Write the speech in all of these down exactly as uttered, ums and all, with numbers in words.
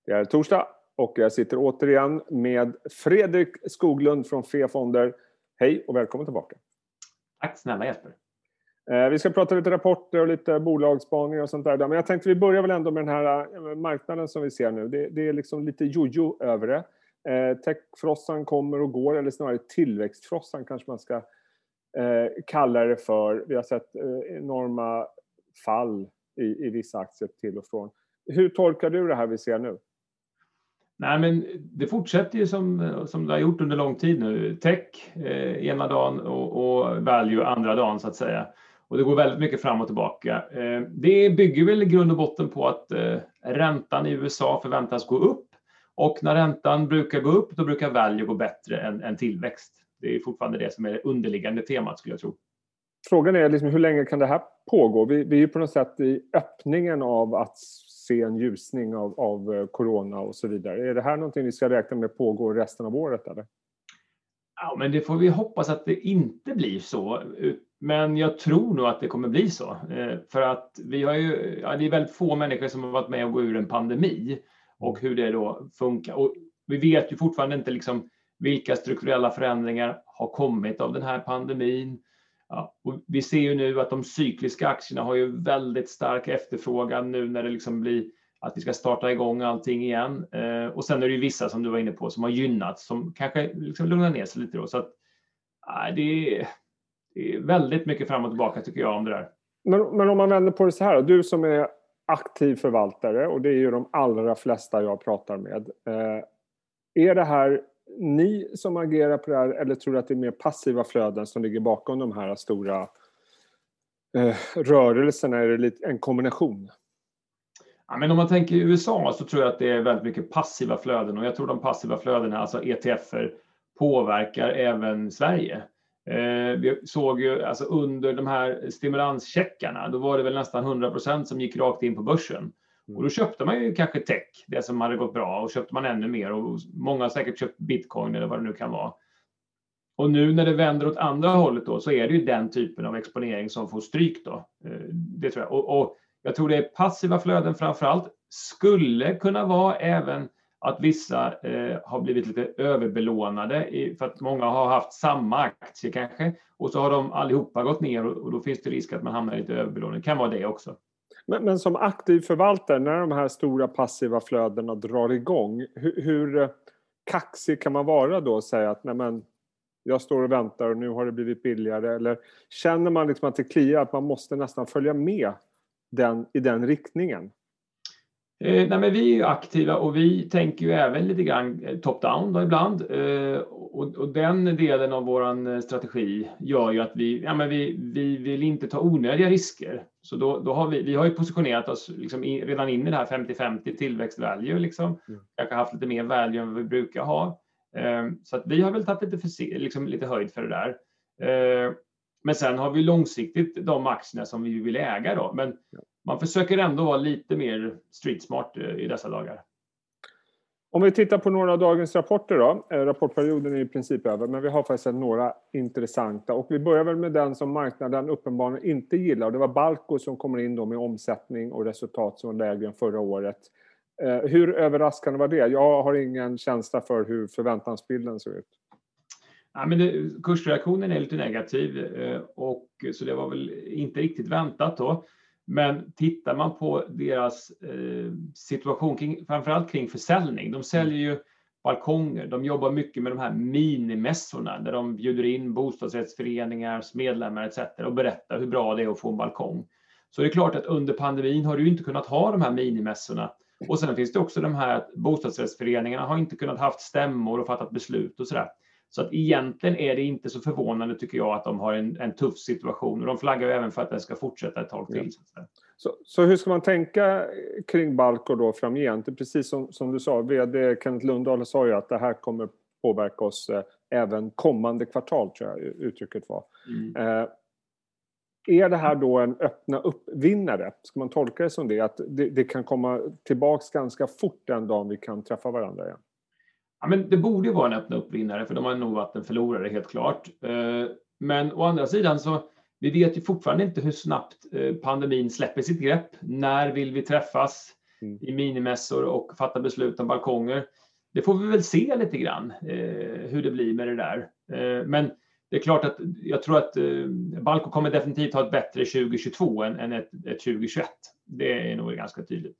Det är torsdag och jag sitter återigen med Fredrik Skoglund från F E Fonder. Hej och välkommen tillbaka. Tack snälla Jesper. Vi ska prata lite rapporter och lite bolagsspaningar och sånt där. Men jag tänkte vi börjar väl ändå med den här marknaden som vi ser nu. Det, det är liksom lite jojo över det. Techfrossan kommer och går, eller snarare tillväxtfrossan kanske man ska eh, kalla det för. Vi har sett eh, enorma fall i, i vissa aktier till och från. Hur tolkar du det här vi ser nu? Nej, men det fortsätter ju som, som det har gjort under lång tid nu. Tech eh, ena dagen och, och value andra dagen så att säga. Och det går väldigt mycket fram och tillbaka. Eh, det bygger väl i grund och botten på att eh, räntan i U S A förväntas gå upp. Och när räntan brukar gå upp då brukar value gå bättre än, än tillväxt. Det är fortfarande det som är det underliggande temat skulle jag tro. Frågan är liksom, hur länge kan det här pågå? Vi, vi är ju på något sätt i öppningen av att se en ljusning av, av corona och så vidare. Är det här någonting vi ska räkna med pågår resten av året eller? Ja, men det får vi hoppas att det inte blir så. Men jag tror nog att det kommer bli så. För att vi har ju, ja, det är väldigt få människor som har varit med och gå ur en pandemi. Och hur det då funkar. Och vi vet ju fortfarande inte liksom vilka strukturella förändringar har kommit av den här pandemin. Ja, och vi ser ju nu att de cykliska aktierna har ju väldigt stark efterfrågan nu när det liksom blir att vi ska starta igång allting igen. Eh, och sen är det ju vissa som du var inne på som har gynnats som kanske liksom lugnar ner sig lite då. Så att äh, det, är, det är väldigt mycket fram och tillbaka tycker jag om det där. Men, men om man vänder på det så här, du som är aktiv förvaltare och det är ju de allra flesta jag pratar med. Eh, är det här ni som agerar på det här eller tror du att det är mer passiva flöden som ligger bakom de här stora eh, rörelserna? Är det lite en kombination? Ja, men om man tänker i U S A så tror jag att det är väldigt mycket passiva flöden och jag tror de passiva flödena, alltså E T F:er, påverkar även Sverige. Eh, vi såg ju alltså under de här stimulanscheckarna, då var det väl nästan hundra procent som gick rakt in på börsen. Och då köpte man ju kanske tech, det som hade gått bra, och köpte man ännu mer. Och många har säkert köpt bitcoin eller vad det nu kan vara. Och nu när det vänder åt andra hållet då, så är det ju den typen av exponering som får stryk då. Det tror jag. Och, och jag tror det är passiva flöden framförallt. Skulle kunna vara även att vissa eh, har blivit lite överbelånade i, för att många har haft samma aktie kanske. Och så har de allihopa gått ner och, och då finns det risk att man hamnar lite överbelånade. Det kan vara det också. Men, men som aktiv förvaltare, när de här stora passiva flödena drar igång, hur, hur kaxig kan man vara då och säga att nej men, jag står och väntar och nu har det blivit billigare? Eller känner man liksom att det kliar, att man måste nästan följa med den, i den riktningen? Eh, nej men vi är ju aktiva och vi tänker ju även lite grann top-down då ibland. Eh, och, och den delen av vår strategi gör ju att vi, ja men vi, vi vill inte ta onödiga risker. Så då, då har vi, vi har ju positionerat oss liksom i, redan in i det här femtio femtio tillväxt-value. Liksom. Mm. Kanske haft lite mer value än vad vi brukar ha. Eh, så att vi har väl tagit lite, för, liksom, lite höjd för det där. Eh, men sen har vi långsiktigt de aktierna som vi vill äga då. Men man försöker ändå vara lite mer street smart i dessa dagar. Om vi tittar på några av dagens rapporter då. Rapportperioden är i princip över, men vi har faktiskt några intressanta. Och vi börjar väl med den som marknaden uppenbarligen inte gillar. Och det var Balco som kommer in då med omsättning och resultat som var lägre än förra året. Hur överraskande var det? Jag har ingen känsla för hur förväntansbilden ser ut. Ja, men det, kursreaktionen är lite negativ och så det var väl inte riktigt väntat då. Men tittar man på deras eh, situation, kring, framförallt kring försäljning. De säljer ju balkonger, de jobbar mycket med de här minimässorna där de bjuder in bostadsrättsföreningars medlemmar et cetera och berättar hur bra det är att få en balkong. Så det är klart att under pandemin har du inte kunnat ha de här minimässorna. Och sen finns det också de här att bostadsrättsföreningarna har inte kunnat haft stämmor och fattat beslut och sådär. Så att egentligen är det inte så förvånande tycker jag att de har en, en tuff situation. Och de flaggar ju även för att det ska fortsätta ett tag till. Ja. Så, så hur ska man tänka kring Balco då framgent? Precis som, som du sa, vd Kenneth Lundahl sa ju att det här kommer påverka oss eh, även kommande kvartal, tror jag uttrycket var. Mm. Eh, är det här då en öppna uppvinnare? Ska man tolka det som det? Att det, det kan komma tillbaks ganska fort den dagen vi kan träffa varandra igen? Ja, men det borde ju vara en öppna uppvinnare för de har nog varit en förlorare helt klart. Men å andra sidan så vi vet ju fortfarande inte hur snabbt pandemin släpper sitt grepp. När vill vi träffas? mm. i minimässor och fatta beslut om balkonger. Det får vi väl se lite grann eh, hur det blir med det där. Eh, men det är klart att jag tror att eh, Balco kommer definitivt ha ett bättre tjugo tjugotvå än, än ett, ett tjugo tjugoett. Det är nog ganska tydligt.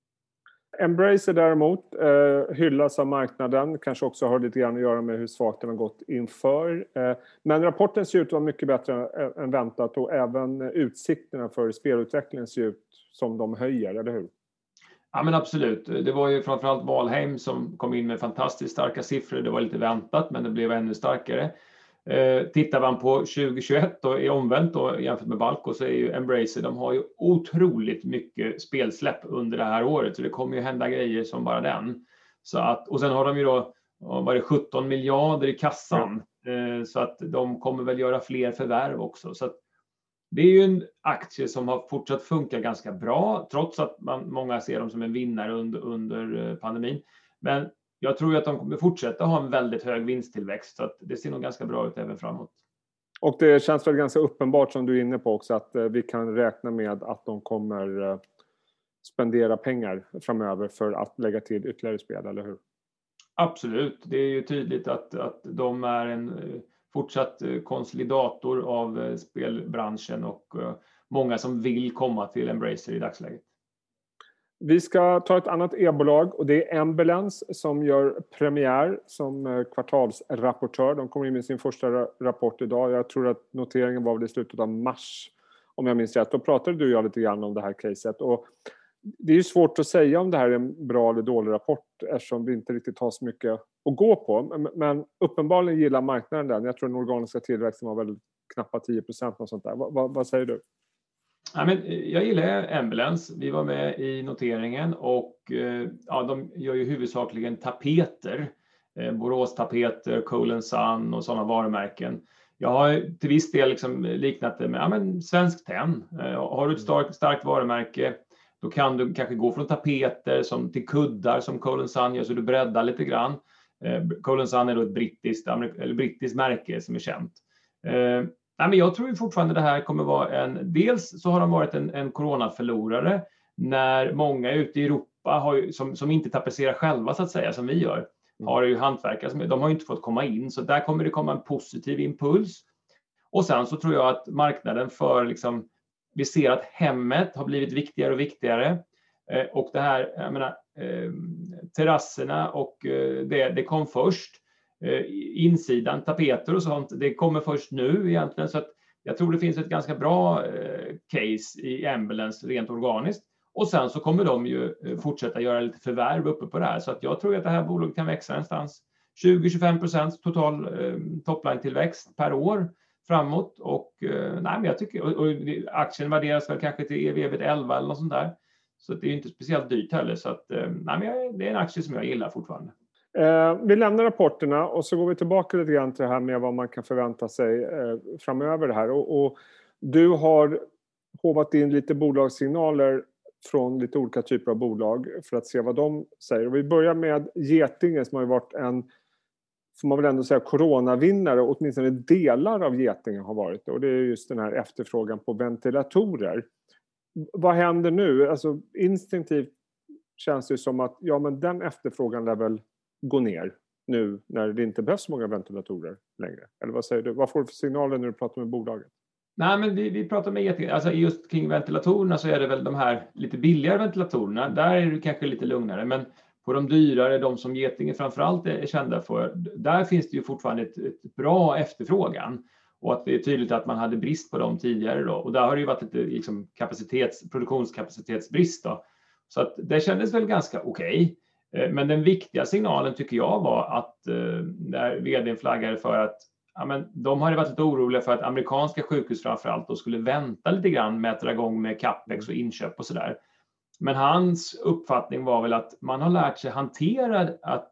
Embracer däremot eh, hyllas av marknaden. Kanske också har lite grann att göra med hur svagt den har gått inför. Eh, men rapporten ser ut att vara mycket bättre än, än väntat. Och även utsikterna för spelutvecklingen ser ut som de höjer, eller hur? Ja, men absolut. Det var ju framförallt Valheim som kom in med fantastiskt starka siffror. Det var lite väntat, men det blev ännu starkare. Eh, tittar man på tjugo tjugoett och i omvänt då, jämfört med Balco, så är ju Embracer, de har ju otroligt mycket spelsläpp under det här året. Så det kommer ju hända grejer som bara den. Så att, och sen har de ju då, var det sjutton miljarder i kassan. Eh, så att de kommer väl göra fler förvärv också. Så att det är ju en aktie som har fortsatt funka ganska bra, trots att man, många ser dem som en vinnare under, under pandemin. Men jag tror att de kommer fortsätta ha en väldigt hög vinsttillväxt, så att det ser nog ganska bra ut även framåt. Och det känns väl ganska uppenbart, som du är inne på också, att vi kan räkna med att de kommer spendera pengar framöver för att lägga till ytterligare spel, eller hur? Absolut, det är ju tydligt att, att de är en fortsatt konsolidator av spelbranschen och många som vill komma till Embracer i dagsläget. Vi ska ta ett annat e-bolag och det är Embellence som gör premiär som kvartalsrapportör. De kommer in med sin första rapport idag. Jag tror att noteringen var väl i slutet av mars, om jag minns rätt. Då pratade du och jag lite grann om det här caset. Och det är ju svårt att säga om det här är en bra eller dålig rapport eftersom vi inte riktigt har så mycket att gå på. Men uppenbarligen gillar marknaden den. Jag tror den organiska tillväxten var väl knappt tio procent och sånt där. Vad, vad, vad säger du? Ja, men jag gillar Embellence. Vi var med i noteringen och ja, de gör ju huvudsakligen tapeter. Borås-tapeter, Cole and Son och sådana varumärken. Jag har till viss del liksom liknat det med ja, men Svensk Tenn. Har du ett starkt, starkt varumärke, då kan du kanske gå från tapeter som till kuddar som Cole and Son gör, så du breddar lite grann. Cole and Son är då ett brittiskt, eller brittiskt märke som är känt. Nej, men jag tror ju fortfarande det här kommer vara en... Dels så har de varit en, en coronaförlorare när många ute i Europa har ju, som, som inte tapetserar själva så att säga, som vi gör, har ju hantverkare som de har ju inte fått komma in. Så där kommer det komma en positiv impuls. Och sen så tror jag att marknaden för liksom... Vi ser att hemmet har blivit viktigare och viktigare. Eh, och det här, jag menar, eh, terrasserna och eh, det, det kom först. Insidan, tapeter och sånt, det kommer först nu egentligen, så att jag tror det finns ett ganska bra eh, case i Embellence rent organiskt, och sen så kommer de ju fortsätta göra lite förvärv uppe på det här, så att jag tror att det här bolaget kan växa någonstans tjugo till tjugofem procent total eh, topline-tillväxt per år framåt, och eh, nej men jag tycker, och, och aktien värderas väl kanske till E V elva eller något sånt där, så att det är inte speciellt dyrt heller, så att eh, nej men jag, det är en aktie som jag gillar fortfarande. Eh, vi lämnar rapporterna och så går vi tillbaka lite grann till det här med vad man kan förvänta sig eh, framöver det här. Och, och du har hovat in lite bolagssignaler från lite olika typer av bolag för att se vad de säger. Och vi börjar med Getinge som har ju varit en, får man väl ändå säga, coronavinnare. Åtminstone delar av Getinge har varit det. Och det är just den här efterfrågan på ventilatorer. Vad händer nu? Alltså instinktivt känns det som att ja, men den efterfrågan lär väl gå ner nu när det inte behövs så många ventilatorer längre. Eller vad säger du? Vad får du för signaler när du pratar med bolaget? Nej, men vi, vi pratar med Getinge. Alltså just kring ventilatorerna så är det väl de här lite billigare ventilatorerna. Där är det kanske lite lugnare. Men på de dyrare, de som Getinge framförallt är kända för, där finns det ju fortfarande ett, ett bra efterfrågan. Och att det är tydligt att man hade brist på dem tidigare då. Och där har det ju varit lite liksom kapacitets, produktionskapacitetsbrist då. Så att det kändes väl ganska okej. Okay. Men den viktiga signalen tycker jag var att eh, där vdn flaggade för att ja, men de hade varit lite oroliga för att amerikanska sjukhus framförallt då skulle vänta lite grann med att dra igång med capex och inköp och sådär. Men hans uppfattning var väl att man har lärt sig hantera att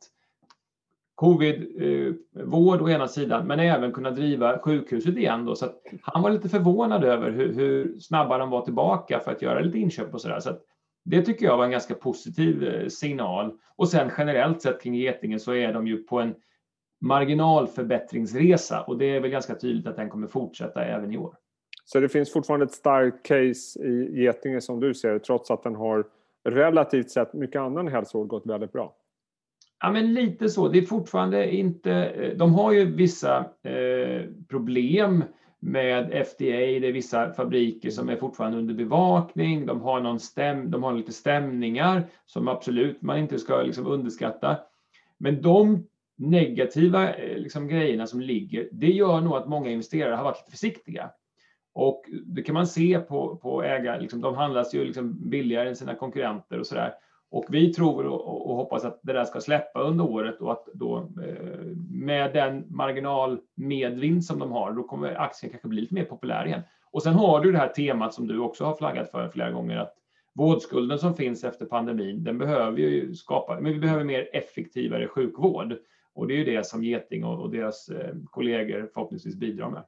covid-vård eh, å ena sidan, men även kunna driva sjukhuset igen då. Så att han var lite förvånad över hur, hur snabba de var tillbaka för att göra lite inköp och sådär. Så att det tycker jag var en ganska positiv signal. Och sen generellt sett kring Getinge så är de ju på en marginalförbättringsresa. Och det är väl ganska tydligt att den kommer fortsätta även i år. Så det finns fortfarande ett starkt case i Getinge som du ser, trots att den har relativt sett mycket annan hälsovård gått väldigt bra. Ja, men lite så. Det är fortfarande inte... De har ju vissa eh, problem med F D A. Det är vissa fabriker som är fortfarande under bevakning. De har, någon stäm, de har lite stämningar som absolut man inte ska liksom underskatta. Men de negativa liksom, grejerna som ligger, det gör nog att många investerare har varit lite försiktiga. Och det kan man se på, på ägare, liksom, de handlas ju liksom billigare än sina konkurrenter och sådär. Och vi tror och, och hoppas att det där ska släppa under året och att då eh, med den marginalmedvind som de har, då kommer aktien kanske bli lite mer populär igen. Och sen har du det här temat som du också har flaggat för flera gånger, att vårdskulden som finns efter pandemin, den behöver ju skapa, men vi behöver mer effektivare sjukvård. Och det är ju det som Geting och, och deras eh, kollegor förhoppningsvis bidrar med.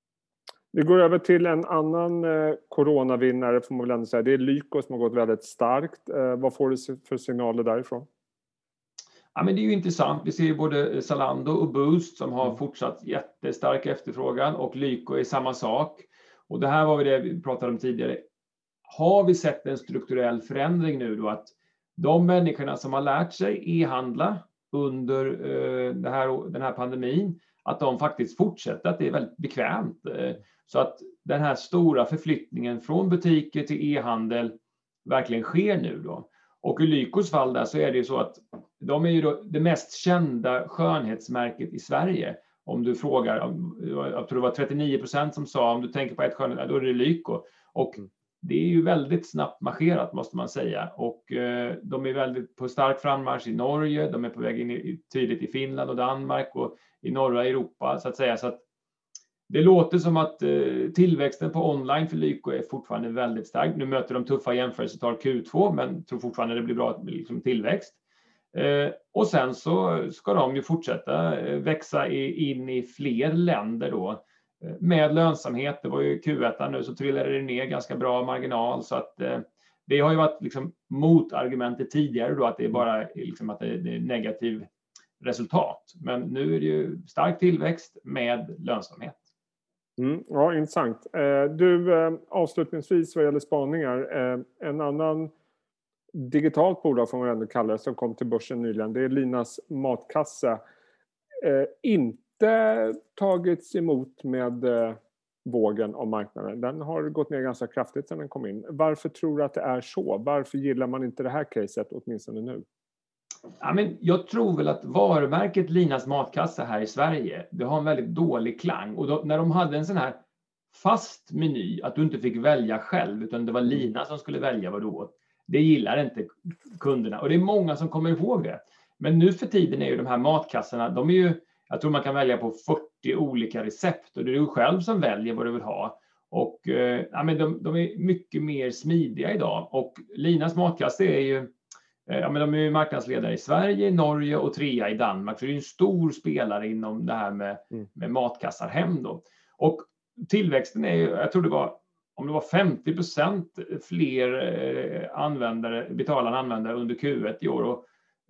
Vi går över till en annan eh, coronavinnare får man väl ändå säga. Det är Lyko som har gått väldigt starkt. Eh, vad får du för signaler därifrån? Ja, men det är ju intressant. Vi ser ju både Zalando och Boozt som har fortsatt jättestark efterfrågan och Lyko är samma sak. Och det här var vi det vi pratade om tidigare. Har vi sett en strukturell förändring nu då att de människorna som har lärt sig e-handla under eh, det här, den här pandemin, att de faktiskt fortsätter, att det är väldigt bekvämt. Eh, så att den här stora förflyttningen från butiker till e-handel verkligen sker nu då. Och i Lykos fall där så är det ju så att de är ju då det mest kända skönhetsmärket i Sverige. Om du frågar, jag tror det var trettionio procent som sa, om du tänker på ett skönhet, då är det Lyko. Och det är ju väldigt snabbt marscherat måste man säga. Och eh, de är väldigt på stark frammarsch i Norge, de är på väg in i, tydligt i Finland och Danmark och i norra Europa så att säga. Så att det låter som att eh, tillväxten på online för Lyko är fortfarande väldigt stark. Nu möter de tuffa jämförelsetal Q två, men tror fortfarande det blir bra liksom, tillväxt. Eh, och sen så ska de ju fortsätta eh, växa i, in i fler länder då eh, med lönsamhet. Det var ju Q ett nu så trillade det ner ganska bra marginal så att eh, det har ju varit liksom motargumentet tidigare då att det är bara liksom, att det är negativ resultat. Men nu är det ju stark tillväxt med lönsamhet. Mm, ja, intressant. Eh, du, eh, avslutningsvis vad gäller spaningar. Eh, en annan digitalt bolag får man ändå kalla det som kom till börsen nyligen. Det är Linas matkasse. Eh, inte tagits emot med eh, vågen av marknaden. Den har gått ner ganska kraftigt sedan den kom in. Varför tror du att det är så? Varför gillar man inte det här caset åtminstone nu? Ja, men jag tror väl att varumärket Linas matkasse här i Sverige, det har en väldigt dålig klang. Och då, när de hade en sån här fast meny, att du inte fick välja själv utan det var Lina som skulle välja vad du åt. Det gillar inte kunderna och det är många som kommer ihåg det. Men nu för tiden är ju de här matkassorna, de är ju, jag tror man kan välja på fyrtio olika recept och det är du själv som väljer vad du vill ha. Och eh, ja, men de, de är mycket mer smidiga idag och Linas matkasse är ju, eh, ja, men de är ju marknadsledare i Sverige, Norge och trea i Danmark. Så det är en stor spelare inom det här med, mm. med matkassar hem då. Och tillväxten är ju, jag tror det var om det var femtio procent fler användare, betalande användare under Q ett i år och,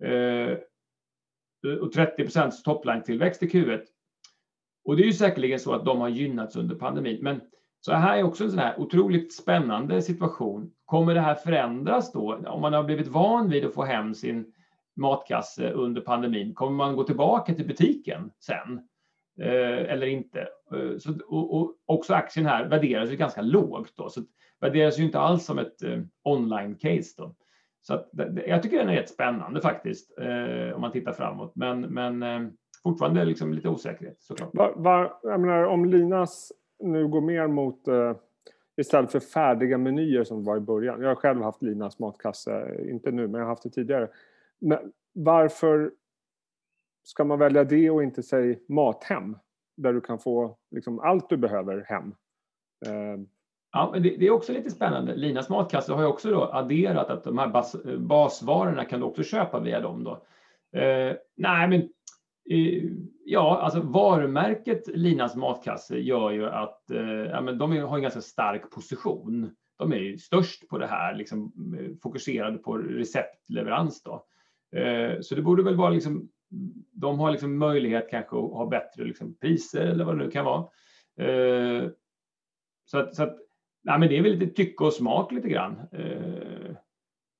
och trettio procent topline-tillväxt i Q ett. Och det är ju säkerligen så att de har gynnats under pandemin. Men så här är också en sån här otroligt spännande situation. Kommer det här förändras då? Om man har blivit van vid att få hem sin matkasse under pandemin, kommer man gå tillbaka till butiken sen? Eller inte. Så, och, och också aktien här värderas ju ganska lågt då, så värderas ju inte alls som ett eh, online-case då. Så att, jag tycker den är rätt spännande faktiskt eh, om man tittar framåt, men, men eh, fortfarande liksom lite osäkerhet såklart. Var, var, jag menar, om Linas nu går mer mot eh, istället för färdiga menyer som det var i början. Jag har själv haft Linas matkasse, inte nu men jag har haft det tidigare. Men varför ska man välja det och inte säga mathem? Där du kan få liksom allt du behöver hem. Eh. Ja, men det, det är också lite spännande. Linas matkasse har ju också då adderat att de här bas, basvarorna kan du också köpa via dem då. Eh, nej, men eh, ja, alltså varumärket Linas matkasse gör ju att eh, ja, men de har en ganska stark position. De är ju störst på det här, liksom fokuserade på receptleverans då. Eh, så det borde väl vara liksom de har liksom möjlighet kanske att ha bättre liksom priser eller vad det nu kan vara. Eh, så att, så att nej, men det är väl lite tycke och smak lite grann. Eh,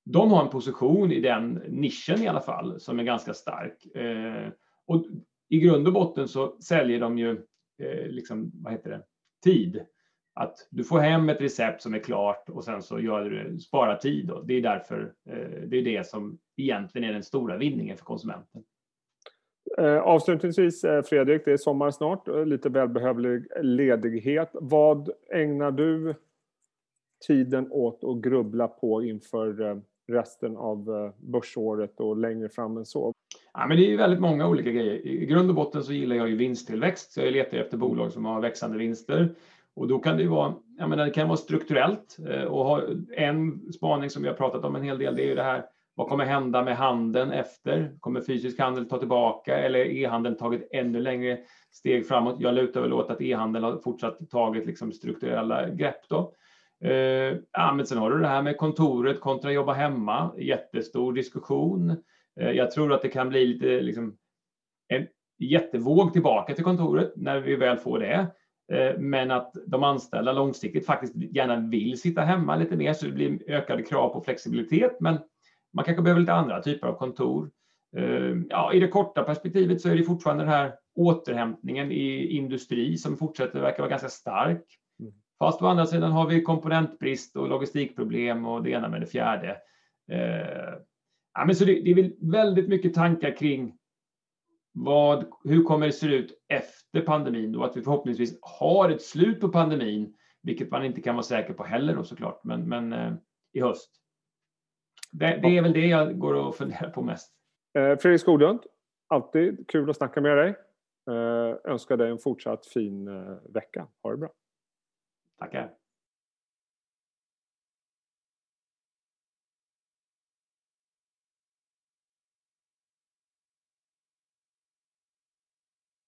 de har en position i den nischen i alla fall som är ganska stark. Eh, och i grund och botten så säljer de ju eh, liksom, vad heter det, tid. Att du får hem ett recept som är klart och sen så gör du spara tid. Då. Det är därför eh, det är det som egentligen är den stora vinningen för konsumenten. Eh, avslutningsvis eh, Fredrik, det är sommar snart, lite välbehövlig ledighet. Vad ägnar du tiden åt att grubbla på inför eh, resten av eh, börsåret och längre fram än så? Ja, men det är ju väldigt många olika grejer. I grund och botten så gillar jag ju vinsttillväxt. Så jag letar efter bolag som har växande vinster. Och då kan det ju vara, jag menar, det kan vara strukturellt. Och ha en spaning som vi har pratat om en hel del, det är ju det här, vad kommer hända med handeln efter? Kommer fysisk handel ta tillbaka eller är e-handeln tagit ännu längre steg framåt? Jag lutar väl åt att e-handeln har fortsatt tagit liksom strukturella grepp då. Uh, ja, men sen har du det här med kontoret kontra jobba hemma. Jättestor diskussion. Uh, jag tror att det kan bli lite liksom, en jättevåg tillbaka till kontoret när vi väl får det. Uh, men att de anställda långsiktigt faktiskt gärna vill sitta hemma lite mer så det blir ökade krav på flexibilitet. Men man kanske behöver lite andra typer av kontor. Uh, ja, i det korta perspektivet så är det fortfarande den här återhämtningen i industri som fortsätter verkar vara ganska stark. Fast på andra sidan har vi komponentbrist och logistikproblem och det ena med det fjärde. Eh, ja, men så det, det är väl väldigt mycket tankar kring vad, hur kommer det se ut efter pandemin och att vi förhoppningsvis har ett slut på pandemin, vilket man inte kan vara säker på heller då, såklart, men, men eh, i höst. Det, det är väl det jag går och funderar på mest. Eh, Fredrik Skoglund, alltid kul att snacka med dig. Eh, önskar dig en fortsatt fin eh, vecka. Ha det bra. Tackar.